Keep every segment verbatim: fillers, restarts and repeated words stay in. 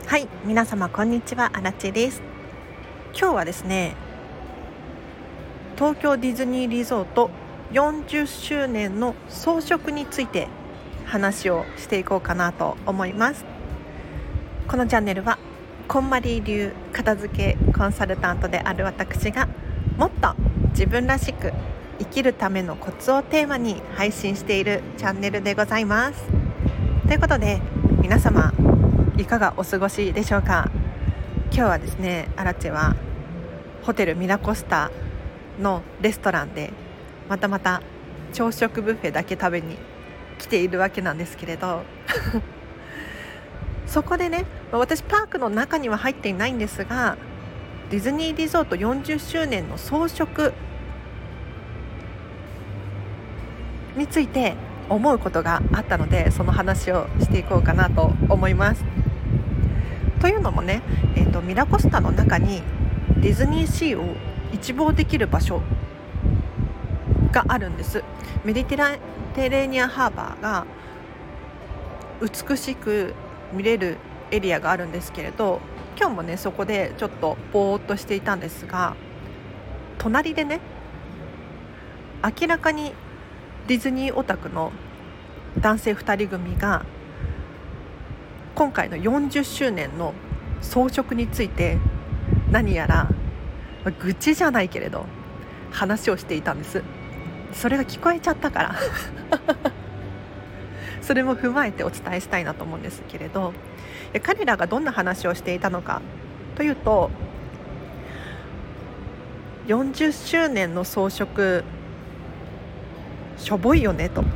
はい、皆様こんにちは、あらちです。今日はですね、東京ディズニーリゾートよんじゅっしゅうねんの装飾について話をしていこうかなと思います。このチャンネルはこんまり流片付けコンサルタントである私がもっと自分らしく生きるためのコツをテーマに配信しているチャンネルでございます。ということで、皆様いかがお過ごしでしょうか。今日はですね、アラチェはホテルミラコスタのレストランでまたまた朝食ブッフェだけ食べに来ているわけなんですけれどそこでね、私パークの中には入っていないんですが、ディズニーリゾートよんじゅっしゅうねんの装飾について思うことがあったので、その話をしていこうかなと思います。というのもね、えーと、ミラコスタの中にディズニーシーを一望できる場所があるんです。メディテラテレーニアンハーバーが美しく見れるエリアがあるんですけれど、今日もねそこでちょっとぼーっとしていたんですが、隣でね、明らかにディズニーオタクの男性ふたり組が今回のよんじゅっしゅうねんの装飾について何やら愚痴じゃないけれど話をしていたんです。それが聞こえちゃったからそれも踏まえてお伝えしたいなと思うんですけれど、彼らがどんな話をしていたのかというと、よんじゅっしゅうねんの装飾しょぼいよねと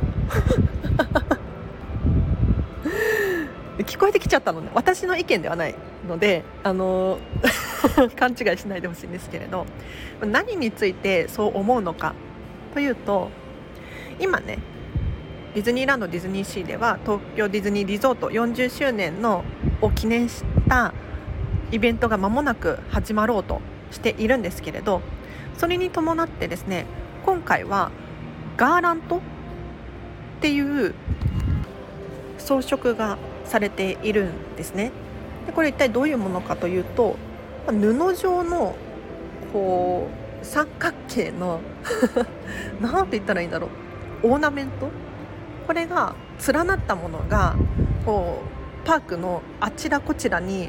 聞こえてきちゃったので、私の意見ではないので、あの勘違いしないでほしいんですけれど、何についてそう思うのかというと、今ねディズニーランドディズニーシーでは東京ディズニーリゾートよんじゅっしゅうねんのを記念したイベントが間もなく始まろうとしているんですけれど、それに伴ってですね、今回はガーラントっていう装飾がされているんですね。でこれ一体どういうものかというと、布状のこう三角形のなんて言ったらいいんだろう、オーナメント、これが連なったものがこうパークのあちらこちらに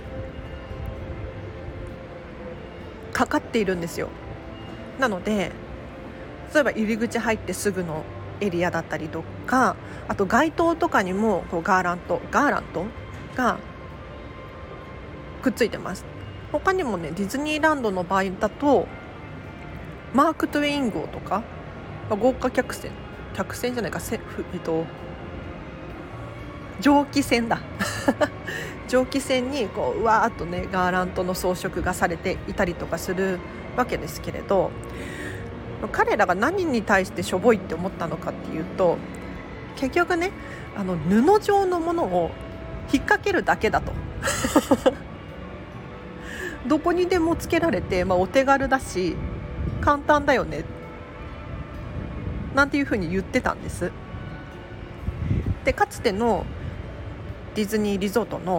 かかっているんですよ。なので例えば入り口入ってすぐのエリアだったりとか、あと街灯とかにもこうガーラントガーラントがくっついてます。他にもね、ディズニーランドの場合だとマーク・トゥイン号とか豪華客船客船じゃないかせ、えっと、蒸気船だ蒸気船にこううわーっとねガーラントの装飾がされていたりとかするわけですけれど、彼らが何に対してしょぼいって思ったのかっていうと、結局ね、あの布状のものを引っ掛けるだけだとどこにでもつけられて、まあ、お手軽だし簡単だよねなんていうふうに言ってたんです。でかつてのディズニーリゾートの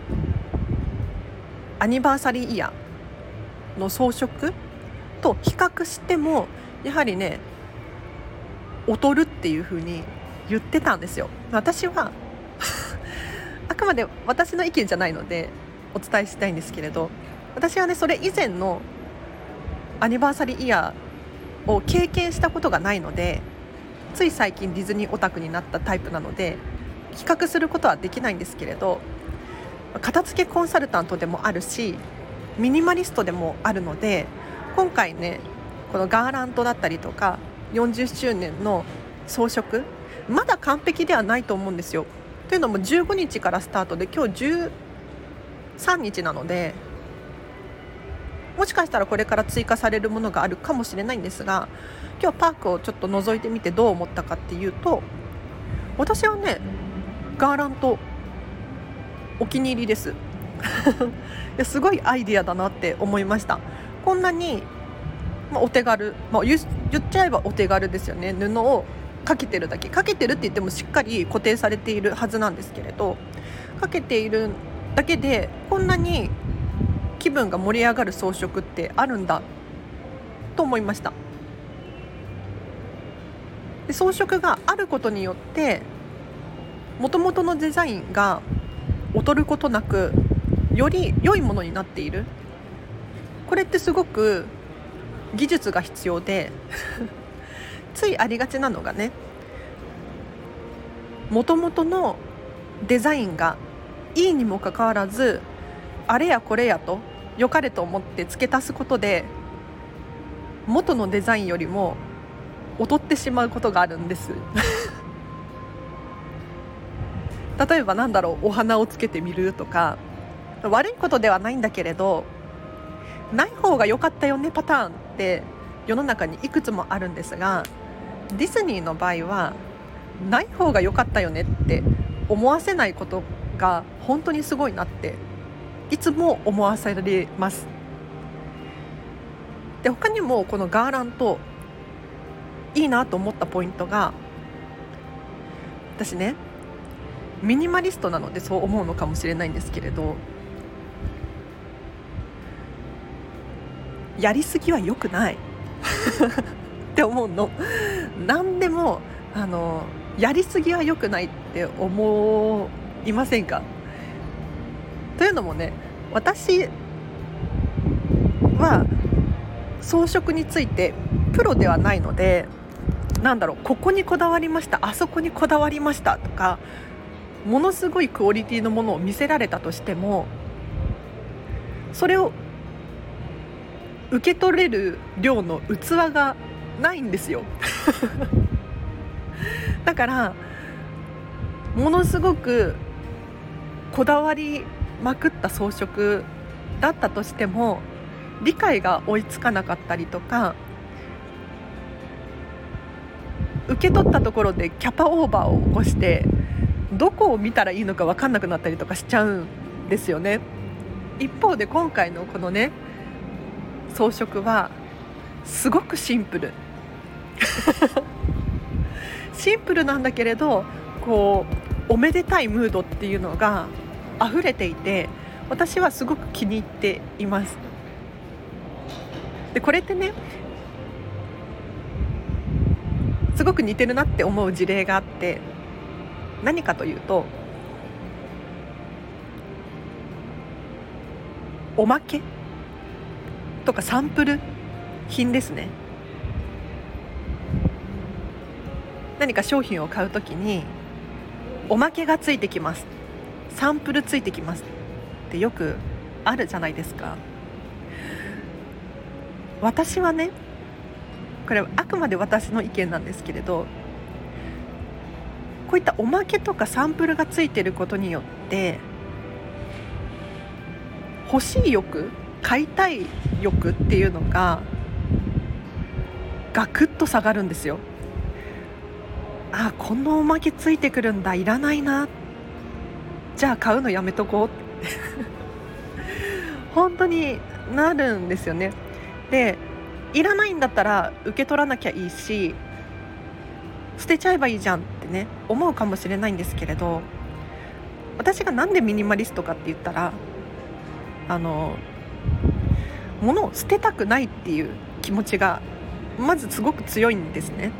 アニバーサリーイヤーの装飾と比較してもやはりね劣るっていう風に言ってたんですよ。私はあくまで私の意見じゃないのでお伝えしたいんですけれど、私はねそれ以前のアニバーサリーイヤーを経験したことがないので、つい最近ディズニーオタクになったタイプなので比較することはできないんですけれど、片付けコンサルタントでもあるしミニマリストでもあるので、今回ねこのガーラントだったりとかよんじゅっしゅうねんの装飾まだ完璧ではないと思うんですよ。というのもじゅうごにちからスタートで今日じゅうさんにちなので、もしかしたらこれから追加されるものがあるかもしれないんですが、今日パークをちょっと覗いてみてどう思ったかっていうと、私はねガーラントお気に入りですいやすごいアイディアだなって思いました。こんなに、まあ、お手軽、まあ、言, 言っちゃえばお手軽ですよね。布をかけてるだけ、かけてるって言ってもしっかり固定されているはずなんですけれど、かけているだけでこんなに気分が盛り上がる装飾ってあるんだと思いました。で装飾があることによって元々のデザインが劣ることなくより良いものになっている。これってすごく技術が必要でついありがちなのがね、元々のデザインがいいにもかかわらずあれやこれやと良かれと思って付け足すことで元のデザインよりも劣ってしまうことがあるんです例えばなんだろう、お花をつけてみるとか、悪いことではないんだけれどない方が良かったよねパターンって世の中にいくつもあるんですが、ディズニーの場合はない方が良かったよねって思わせないことが本当にすごいなっていつも思わされます。で他にもこのガーラントいいなと思ったポイントが、私ねミニマリストなのでそう思うのかもしれないんですけれど、やりすぎは良くないって思うの。何でもあのやりすぎは良くないって思いませんか？というのもね、私は装飾についてプロではないので、なんだろう、ここにこだわりました、あそこにこだわりましたとか、ものすごいクオリティのものを見せられたとしても、それを受け取れる量の器がないんですよだからものすごくこだわりまくった装飾だったとしても理解が追いつかなかったりとか、受け取ったところでキャパオーバーを起こしてどこを見たらいいのか分かんなくなったりとかしちゃうんですよね。一方で今回のこのね装飾はすごくシンプルシンプルなんだけれど、こうおめでたいムードっていうのが溢れていて、私はすごく気に入っています。でこれってねすごく似てるなって思う事例があって、何かというとおまけとかサンプル品ですね。何か商品を買うときにおまけがついてきます、サンプルついてきますってよくあるじゃないですか。私はね、これはあくまで私の意見なんですけれど、こういったおまけとかサンプルがついていることによって欲しい欲、買いたい欲っていうのがガクッと下がるんですよ。あ、このおまけついてくるんだ、いらないな、じゃあ買うのやめとこう本当になるんですよね。でいらないんだったら受け取らなきゃいいし捨てちゃえばいいじゃんってね思うかもしれないんですけれど、私がなんでミニマリストかって言ったら、あの物を捨てたくないっていう気持ちがまずすごく強いんですね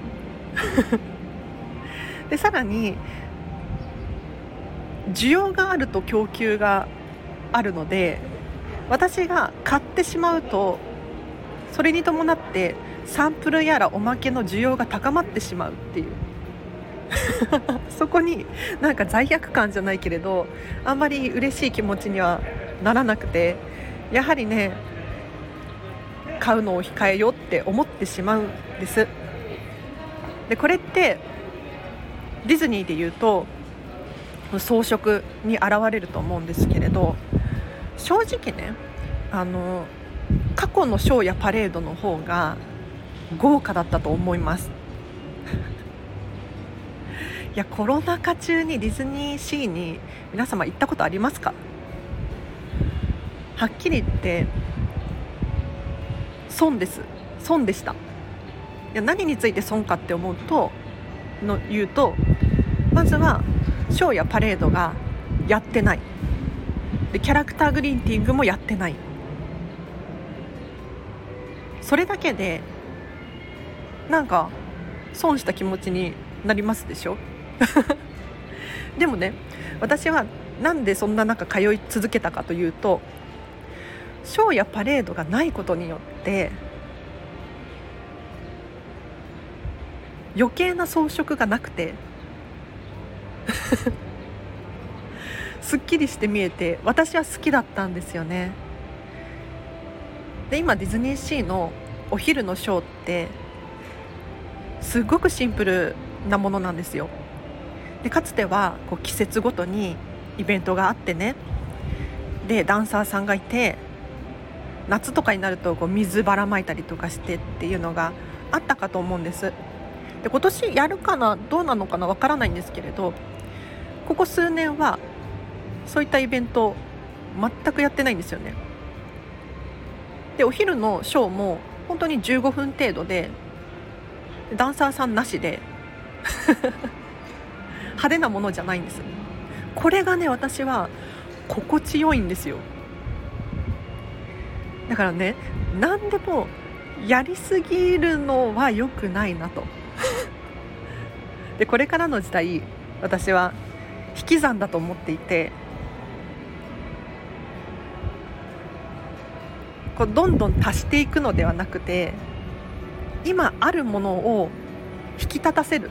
でさらに需要があると供給があるので、私が買ってしまうとそれに伴ってサンプルやらおまけの需要が高まってしまうっていうそこになんか罪悪感じゃないけれどあんまり嬉しい気持ちにはならなくて、やはりね買うのを控えようって思ってしまうんです。でこれってディズニーで言うと装飾に現れると思うんですけれど、正直ねあの過去のショーやパレードの方が豪華だったと思いますいやコロナ禍中にディズニーシーに皆様行ったことありますか？はっきり言って損です。損でした。いや何について損かって思うとの言うと、まずはショーやパレードがやってない。 でキャラクターグリーティングもやってない。それだけでなんか損した気持ちになりますでしょでもね、私はなんでそんな中通い続けたかというと、ショーやパレードがないことによって余計な装飾がなくてすっきりして見えて、私は好きだったんですよね。で今ディズニーシーのお昼のショーってすごくシンプルなものなんですよ。でかつてはこう季節ごとにイベントがあってね、でダンサーさんがいて、夏とかになるとこう水ばらまいたりとかしてっていうのがあったかと思うんです。で今年やるかなどうなのかなわからないんですけれど、ここ数年はそういったイベント全くやってないんですよね。でお昼のショーも本当にじゅうごふん程度で、ダンサーさんなしで派手なものじゃないんです。これがね、私は心地よいんですよ。だからね、何でもやりすぎるのは良くないなとでこれからの時代、私は引き算だと思っていて、こうどんどん足していくのではなくて、今あるものを引き立たせる。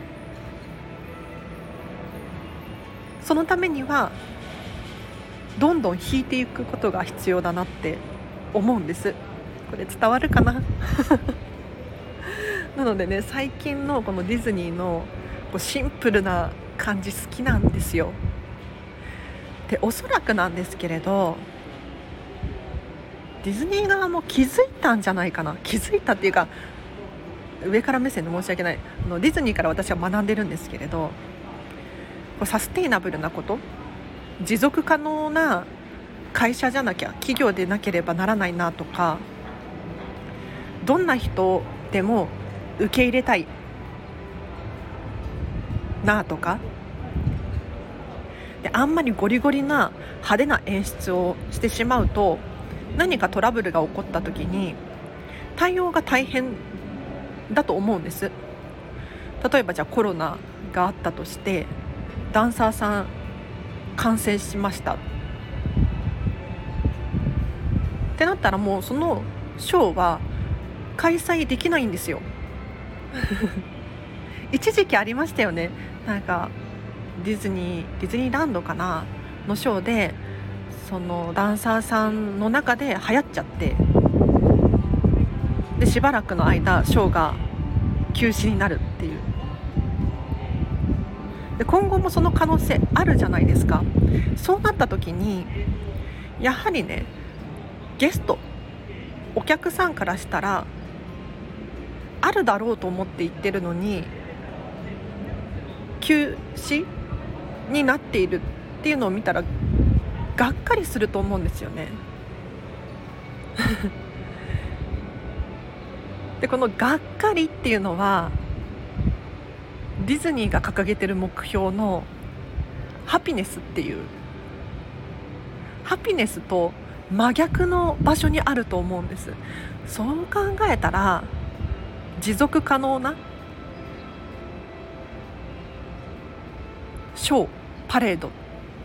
そのためにはどんどん引いていくことが必要だなって思うんです。これ伝わるかななのでね、最近のこのディズニーのこうシンプルな感じ好きなんですよ。でおそらくなんですけれど、ディズニー側も気づいたんじゃないかな。気づいたっていうか、上から目線で申し訳ない。あのディズニーから私は学んでるんですけれど、こうサステイナブルなこと、持続可能な会社じゃなきゃ、企業でなければならないなとか、どんな人でも受け入れたいなとかで、あんまりゴリゴリな派手な演出をしてしまうと、何かトラブルが起こった時に対応が大変だと思うんです。例えばじゃあコロナがあったとして、ダンサーさん感染しましたってなったら、もうそのショーは開催できないんですよ一時期ありましたよね。なんかディズニーディズニーランドかなのショーで、そのダンサーさんの中で流行っちゃって、でしばらくの間ショーが休止になるっていう。で今後もその可能性あるじゃないですか。そうなった時にやはりね、ゲストお客さんからしたらあるだろうと思って言ってるのに休止になっているっていうのを見たらがっかりすると思うんですよねでこのがっかりっていうのは、ディズニーが掲げてる目標のハピネスっていうハピネスと真逆の場所にあると思うんです。そう考えたら、持続可能なショーパレード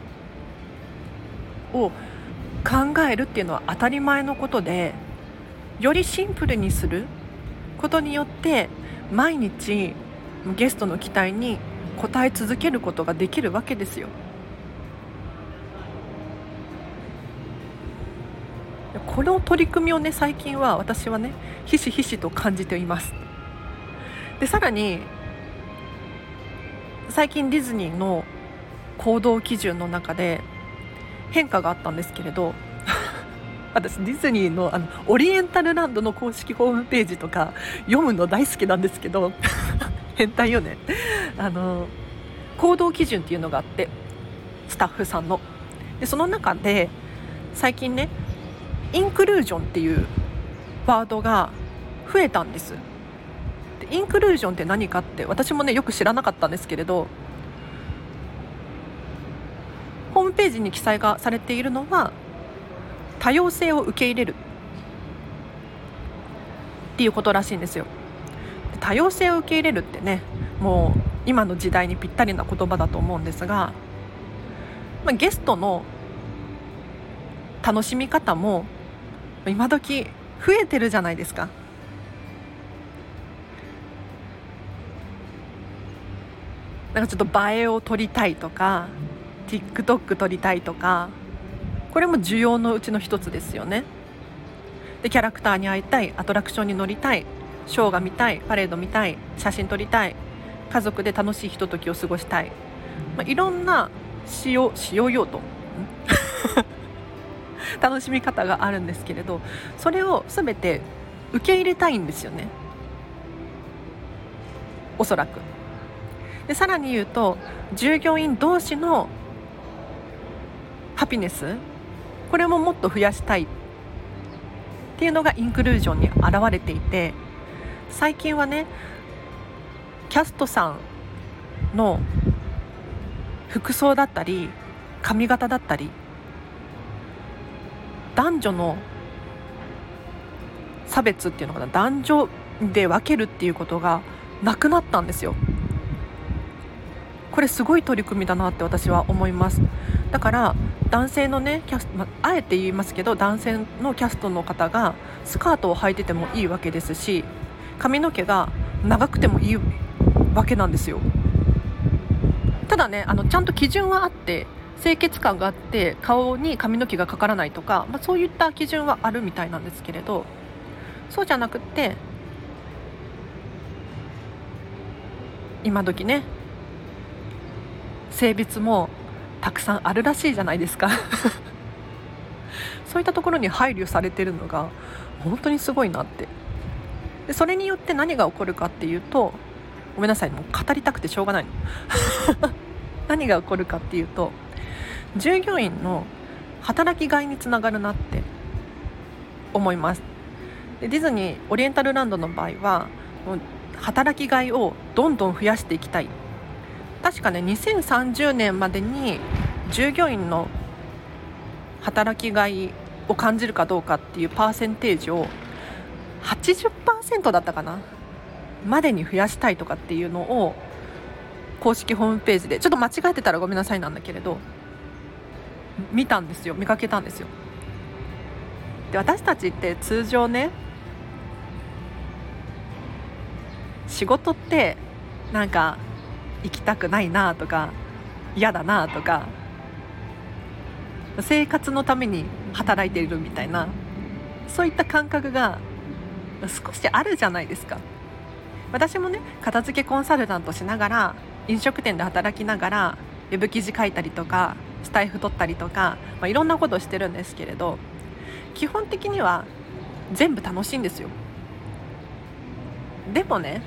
を考えるっていうのは当たり前のことで、よりシンプルにすることによって毎日ゲストの期待に応え続けることができるわけですよ。この取り組みをね、最近は私はね、ひしひしと感じています。でさらに最近ディズニーの行動基準の中で変化があったんですけれど私ディズニーの、あのオリエンタルランドの公式ホームページとか読むの大好きなんですけど変態よね。あの行動基準っていうのがあって、スタッフさんのでその中で最近ね、インクルージョンっていうワードが増えたんです。でインクルージョンって何かって私もねよく知らなかったんですけれど、ホームページに記載がされているのは多様性を受け入れるっていうことらしいんですよ。多様性を受け入れるってね、もう今の時代にぴったりな言葉だと思うんですが、まあ、ゲストの楽しみ方も今時増えてるじゃないですか。なんかちょっと映えを撮りたいとか TikTok 撮りたいとか、これも需要のうちの一つですよね。でキャラクターに会いたい、アトラクションに乗りたい、ショーが見たい、パレード見たい、写真撮りたい、家族で楽しいひとときを過ごしたい、まあ、いろんな使用、使用用途楽しみ方があるんですけれど、それを全て受け入れたいんですよね、おそらく。でさらに言うと、従業員同士のハピネス、これももっと増やしたいっていうのがインクルージョンに現れていて、最近はね、キャストさんの服装だったり髪型だったり、男女の差別っていうのかな、男女で分けるっていうことがなくなったんですよ。これすごい取り組みだなって私は思います。だから男性のねキャスト、まあえて言いますけど、男性のキャストの方がスカートを履いててもいいわけですし、髪の毛が長くてもいいわけなんですよ。ただね、あのちゃんと基準はあって、清潔感があって顔に髪の毛がかからないとか、まあ、そういった基準はあるみたいなんですけれど、そうじゃなくって今時ね、性別もたくさんあるらしいじゃないですかそういったところに配慮されてるのが本当にすごいなって。でそれによって何が起こるかっていうと、ごめんなさい、もう語りたくてしょうがないの何が起こるかっていうと、従業員の働きがいにつながるなって思います。でディズニーオリエンタルランドの場合はもう働きがいをどんどん増やしていきたい。確かね、にせんさんじゅうねんまでに従業員の働きがいを感じるかどうかっていうパーセンテージを はちじゅっパーセント だったかなまでに増やしたいとかっていうのを公式ホームページで、ちょっと間違えてたらごめんなさいなんだけれど、見たんですよ、見かけたんですよ。で私たちって通常ね、仕事ってなんか行きたくないなとか嫌だなとか、生活のために働いているみたいな、そういった感覚が少しあるじゃないですか。私もね、片付けコンサルタントしながら、飲食店で働きながらウェブ記事書いたりとかスタイフ取ったりとか、まあ、いろんなことをしてるんですけれど、基本的には全部楽しいんですよ。でもね、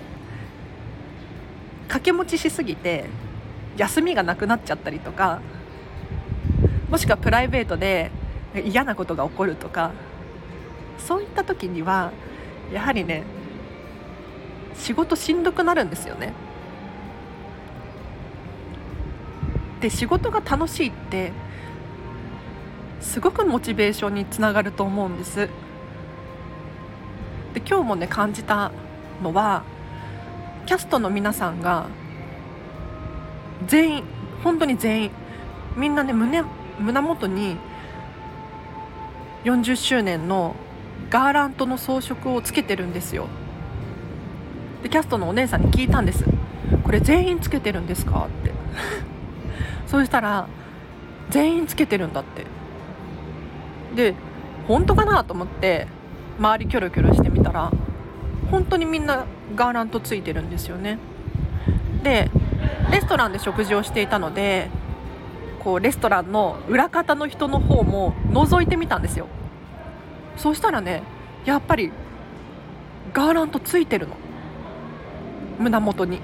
掛け持ちしすぎて休みがなくなっちゃったりとか、もしくはプライベートで嫌なことが起こるとか、そういった時にはやはりね、仕事しんどくなるんですよね。で仕事が楽しいってすごくモチベーションにつながると思うんです。で今日もね感じたのは、キャストの皆さんが全員、本当に全員みんなね、胸胸元によんじゅっしゅうねんのガーラントの装飾をつけてるんですよ。でキャストのお姉さんに聞いたんです。これ全員つけてるんですかってそうしたら全員つけてるんだって。で本当かなと思って周りキョロキョロしてみたら、本当にみんなガーラントついてるんですよね。でレストランで食事をしていたので、こうレストランの裏方の人の方も覗いてみたんですよ。そうしたらね、やっぱりガーラントついてるの、胸元に。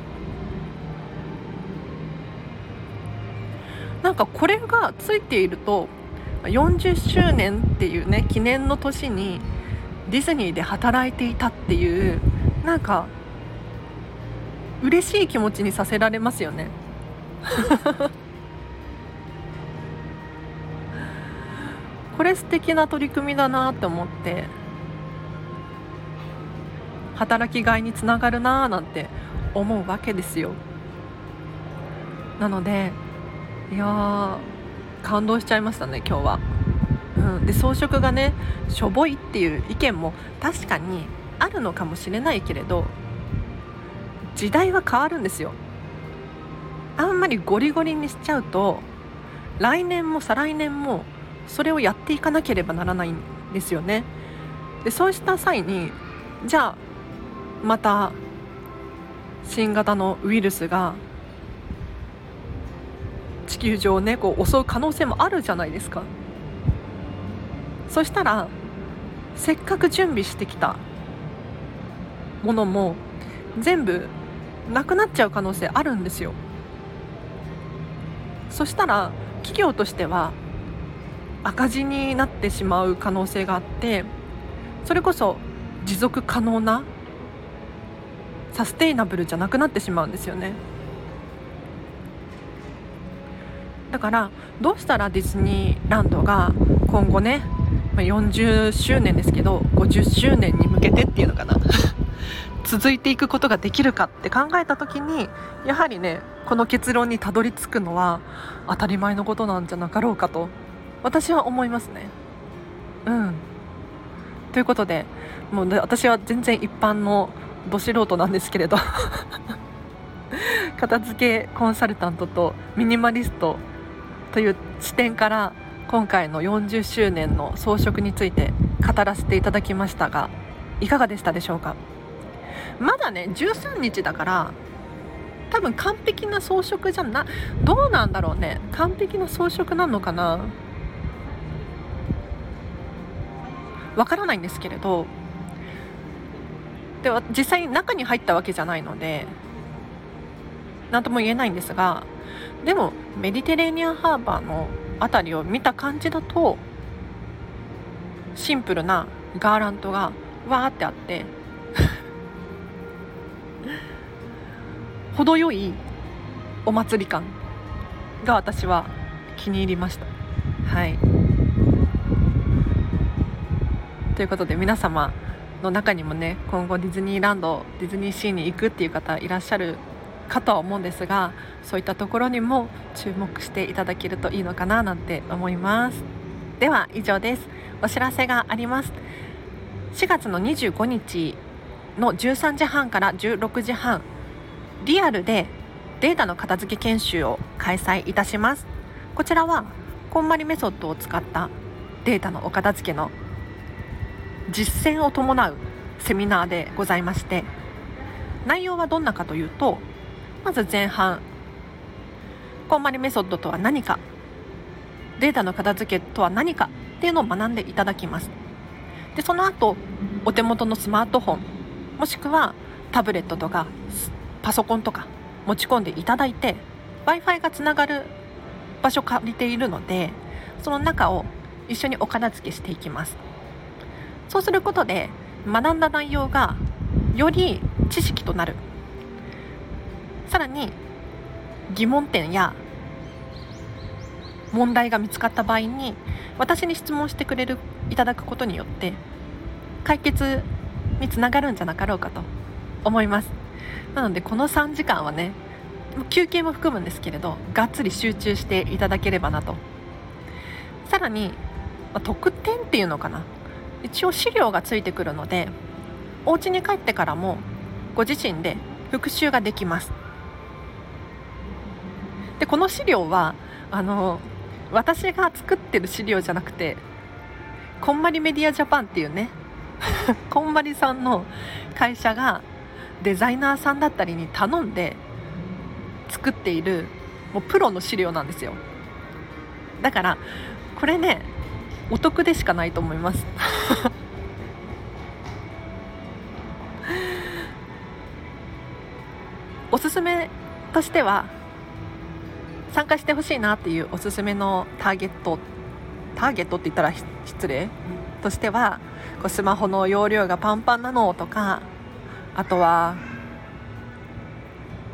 なんかこれがついていると、よんじゅっしゅうねんっていうね記念の年にディズニーで働いていたっていう、なんか嬉しい気持ちにさせられますよねこれ素敵な取り組みだなって思って、働きがいにつながるななんて思うわけですよ。なのでいやー感動しちゃいましたね今日は、うん、で装飾がねしょぼいっていう意見も確かにあるのかもしれないけれど、時代は変わるんですよ。あんまりゴリゴリにしちゃうと来年も再来年もそれをやっていかなければならないんですよね。でそうした際にじゃあまた新型のウイルスが地球上をねこう襲う可能性もあるじゃないですか。そしたらせっかく準備してきたものも全部なくなっちゃう可能性あるんですよ。そしたら企業としては赤字になってしまう可能性があって、それこそ持続可能なサステイナブルじゃなくなってしまうんですよね。だからどうしたらディズニーランドが今後ねよんじゅっしゅうねんですけどごじゅっしゅうねんに向けてっていうのかな続いていくことができるかって考えた時に、やはりねこの結論にたどり着くのは当たり前のことなんじゃなかろうかと私は思いますね。うんということで、もう、ね、私は全然一般のど素人なんですけれど片付けコンサルタントとミニマリストという視点から今回のよんじゅっしゅうねんの装飾について語らせていただきましたが、いかがでしたでしょうか。まだねじゅうさんにちだから多分完璧な装飾じゃなどうなんだろうね。完璧な装飾なのかな、わからないんですけれど、では実際に中に入ったわけじゃないので何とも言えないんですが、でもメディテレーニアンハーバーのあたりを見た感じだとシンプルなガーランドがわーってあって程よいお祭り感が私は気に入りました。はいということで、皆様の中にもね今後ディズニーランドディズニーシーに行くっていう方いらっしゃるかとは思うんですが、そういったところにも注目していただけるといいのかななんて思います。では以上です。お知らせがあります。しがつのにじゅうごにちのじゅうさんじはんからじゅうろくじはん、リアルでデータの片付け研修を開催いたします。こちらはこんまりメソッドを使ったデータのお片付けの実践を伴うセミナーでございまして、内容はどんなかというと、まず前半こんまりメソッドとは何か、データの片付けとは何かっていうのを学んでいただきます。でその後お手元のスマートフォンもしくはタブレットとかパソコンとか持ち込んでいただいて Wi-Fi がつながる場所借りているので、その中を一緒にお片付けしていきます。そうすることで学んだ内容がより知識となる。さらに疑問点や問題が見つかった場合に私に質問してくれるいただくことによって解決につながるんじゃなかろうかと思います。なのでこのさんじかんはね、休憩も含むんですけれどがっつり集中していただければなと。さらに、まあ、特典っていうのかな、一応資料がついてくるのでお家に帰ってからもご自身で復習ができます。でこの資料はあの私が作ってる資料じゃなくてこんまりメディアジャパンっていうねこんまりさんの会社がデザイナーさんだったりに頼んで作っているもうプロの資料なんですよ。だからこれねお得でしかないと思いますおすすめとしては参加してほしいなっていうおすすめのターゲットターゲットって言ったら失礼としては、こうスマホの容量がパンパンなのとか、あとは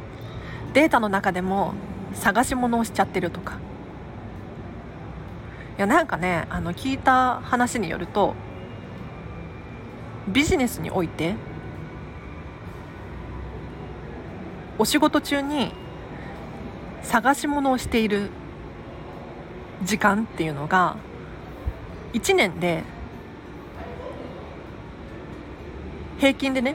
データの中でも探し物をしちゃってるとか、 やなんかねあの聞いた話によると、ビジネスにおいてお仕事中に探し物をしている時間っていうのがいちねんで平均でね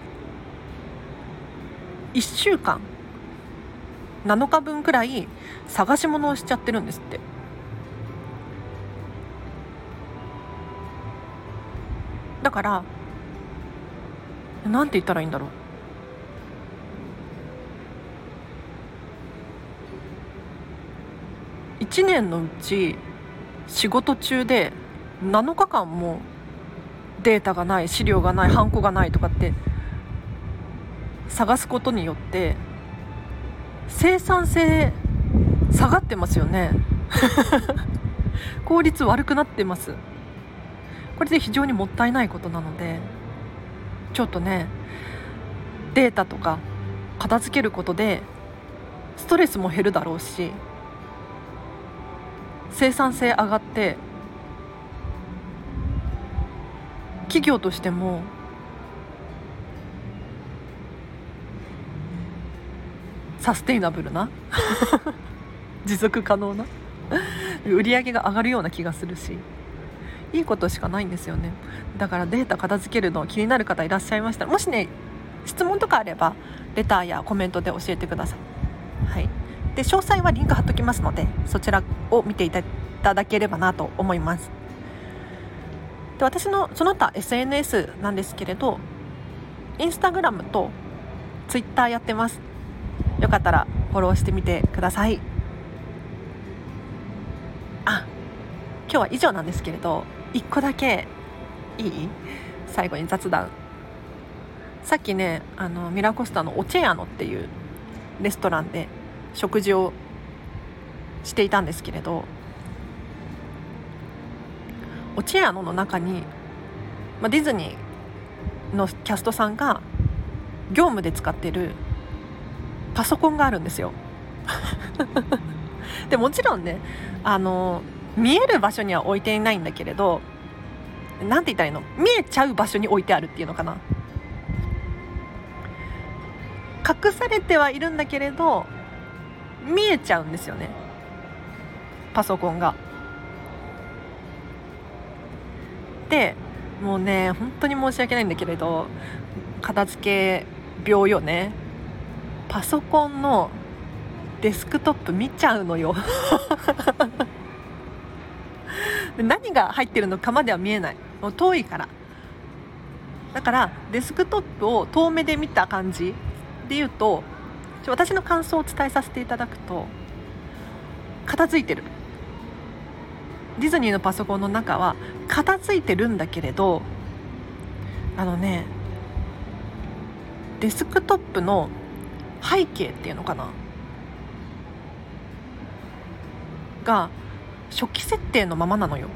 いっしゅうかんなのかぶんくらい探し物をしちゃってるんですって。だからなんて言ったらいいんだろう、いちねんのうち仕事中でなのかかんもデータがない、資料がない、ハンコがないとかって探すことによって生産性下がってますよね効率悪くなってます。これで非常にもったいないことなので、ちょっとねデータとか片付けることでストレスも減るだろうし、生産性上がって企業としてもサステイナブルな持続可能な売り上げが上がるような気がするし、いいことしかないんですよね。だからデータ片付けるの気になる方いらっしゃいましたら、もしね質問とかあればレターやコメントで教えてください。はい、で詳細はリンク貼っときますので、そちらを見ていただければなと思います。で私のその他 エスエヌエス なんですけれど、インスタグラムとツイッターやってます。よかったらフォローしてみてください。あ、今日は以上なんですけれど、いっこだけいい？最後に雑談。さっきねあのミラコスタのオチェアノっていうレストランで食事をしていたんですけれど、オチェアノの中に、まあ、ディズニーのキャストさんが業務で使ってるパソコンがあるんですよでもちろんねあの見える場所には置いていないんだけれど、なんて言ったらいいの、見えちゃう場所に置いてあるっていうのかな、隠されてはいるんだけれど見えちゃうんですよね、パソコンが。でもうね本当に申し訳ないんだけれど、片付け病よね。パソコンのデスクトップ見ちゃうのよ何が入ってるのかまでは見えない、もう遠いから。だからデスクトップを遠目で見た感じで言うと、私の感想を伝えさせていただくと、片付いてる。ディズニーのパソコンの中は片付いてるんだけれど、あのねデスクトップの背景っていうのかなが初期設定のままなのよ。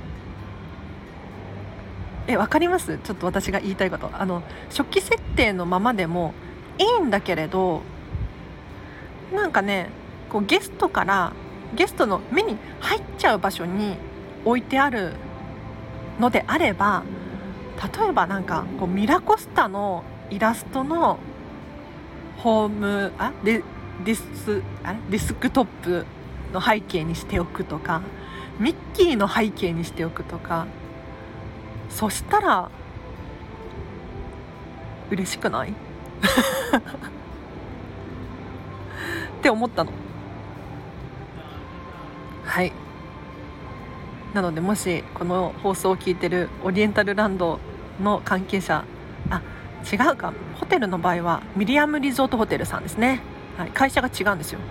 え、わかります？ちょっと私が言いたいこと、あの初期設定のままでもいいんだけれど、なんかねこうゲストからゲストの目に入っちゃう場所に置いてあるのであれば、例えばなんかこうミラコスタのイラストのホームあデディスあディスクトップの背景にしておくとか、ミッキーの背景にしておくとか、そしたら嬉しくないって思ったの。はい、なのでもしこの放送を聞いてるオリエンタルランドの関係者、あ違うか、ホテルの場合はミリアムリゾートホテルさんですね、はい、会社が違うんですよ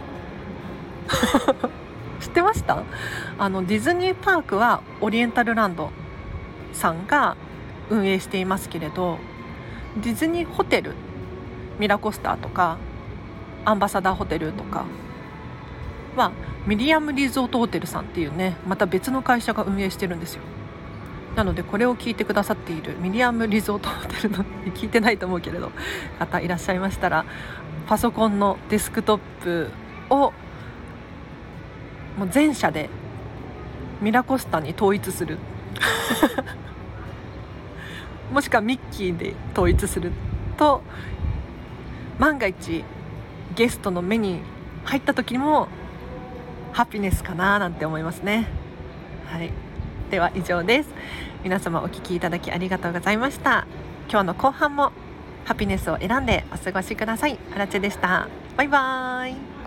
知ってました？あのディズニーパークはオリエンタルランドさんが運営していますけれど、ディズニーホテルミラコスターとかアンバサダーホテルとかはミリアムリゾートホテルさんっていうね、また別の会社が運営してるんですよ。なのでこれを聞いてくださっているミリアムリゾートホテルの聞いてないと思うけれど方いらっしゃいましたら、パソコンのデスクトップをもう全社でミラコスタに統一するもしくはミッキーで統一すると、万が一ゲストの目に入った時もハピネスかななんて思いますね。はい、では以上です。皆様お聞きいただきありがとうございました。今日の後半もハピネスを選んでお過ごしください。あらちでした。バイバーイ。